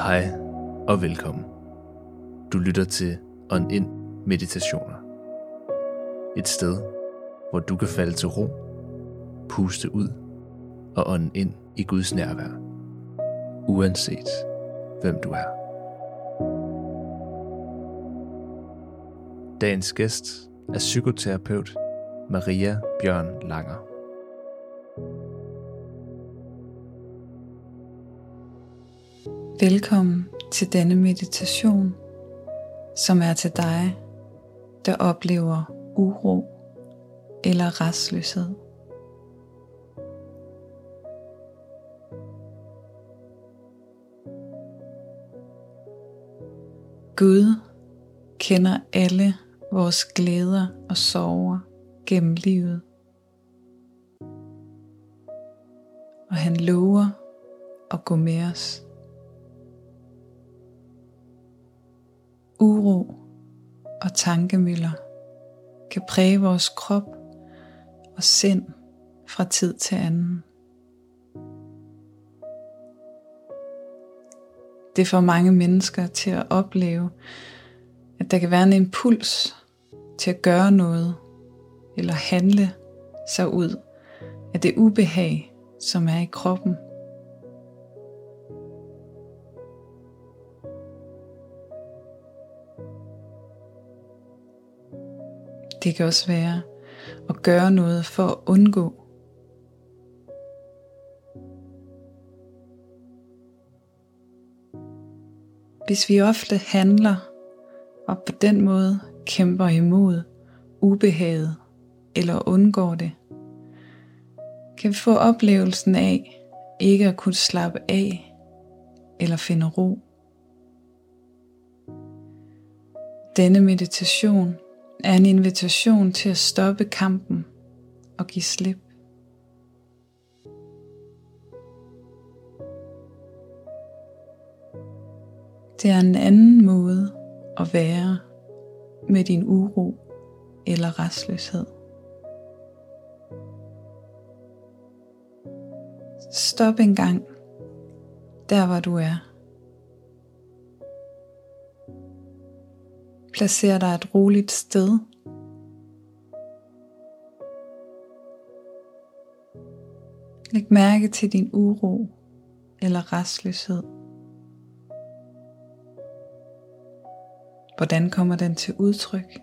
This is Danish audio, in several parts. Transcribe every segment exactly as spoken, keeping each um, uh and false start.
Hej og velkommen. Du lytter til Ånd Ind Meditationer. Et sted, hvor du kan falde til ro, puste ud og ånde ind i Guds nærvær, uanset hvem du er. Dagens gæst er psykoterapeut Maria Bjørn Langer. Velkommen til denne meditation, som er til dig, der oplever uro eller rastløshed. Gud kender alle vores glæder og sorger gennem livet, og han lover at gå med os. Uro og tankemøller kan præge vores krop og sind fra tid til anden. Det får mange mennesker til at opleve, at der kan være en impuls til at gøre noget eller handle sig ud af det ubehag, som er i kroppen. Det kan også være at gøre noget for at undgå. Hvis vi ofte handler og på den måde kæmper imod ubehaget eller undgår det, kan vi få oplevelsen af ikke at kunne slappe af eller finde ro. Denne meditation er en invitation til at stoppe kampen og give slip. Det er en anden måde at være med din uro eller rastløshed. Stop en gang der hvor du er. Placer dig et roligt sted. Læg mærke til din uro eller rastløshed. Hvordan kommer den til udtryk?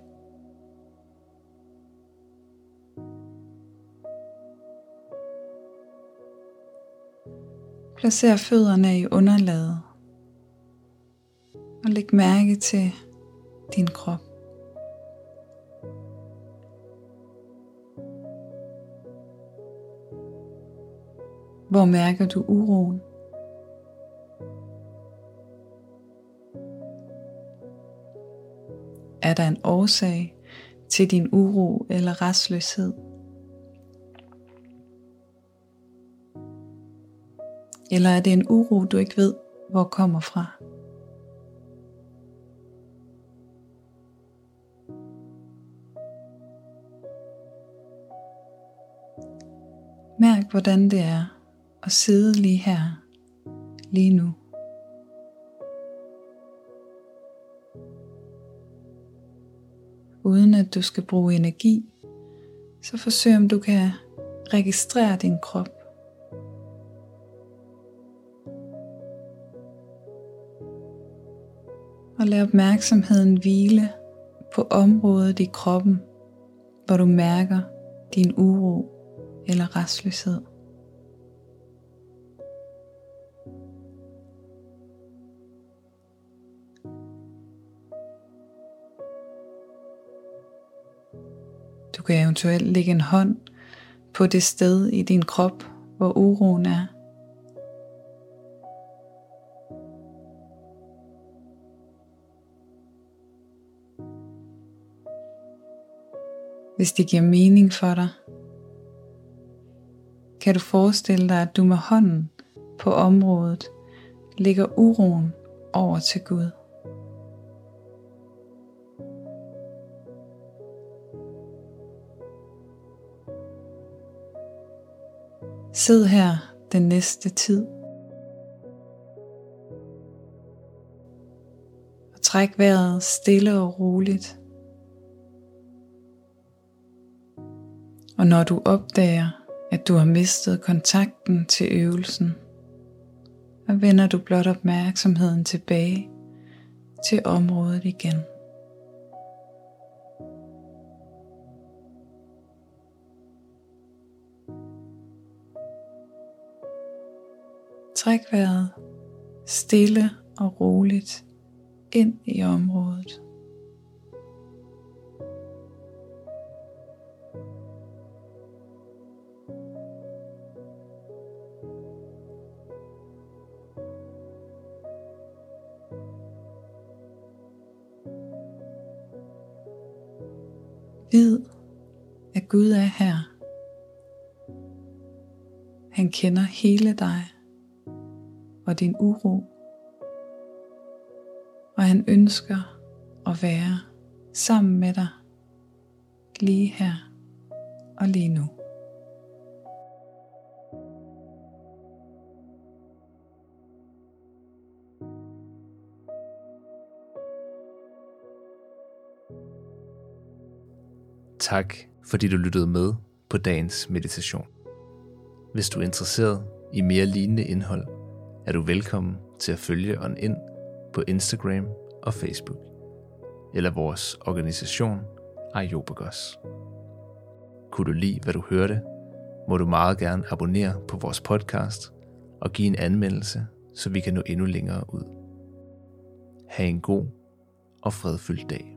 Placer fødderne i underlaget og læg mærke til din krop. Hvor mærker du uroen? Er der en årsag til din uro eller rastløshed? Eller er det en uro, du ikke ved, hvor kommer fra? Mærk, hvordan det er at sidde lige her, lige nu. Uden at du skal bruge energi, så forsøg om du kan registrere din krop. Og lad opmærksomheden hvile på området i kroppen, hvor du mærker din uro eller rastløshed. Du kan eventuelt lægge en hånd på det sted i din krop, hvor uroen er. Hvis det giver mening for dig, kan du forestille dig, at du med hånden på området lægger uroen over til Gud. Sid her den næste tid Træk vejret stille og roligt. Og når du opdager, at du har mistet kontakten til øvelsen, så vender du blot opmærksomheden tilbage til området igen. Træk vejret stille og roligt ind i området. Vid, at Gud er her. Han kender hele dig og din uro, og han ønsker at være sammen med dig lige her og lige nu. Tak, fordi du lyttede med på dagens meditation. Hvis du er interesseret i mere lignende indhold, er du velkommen til at følge On In på Instagram og Facebook, eller vores organisation Areopagos. Kunne du lide, hvad du hørte, må du meget gerne abonnere på vores podcast og give en anmeldelse, så vi kan nå endnu længere ud. Ha' en god og fredfyldt dag.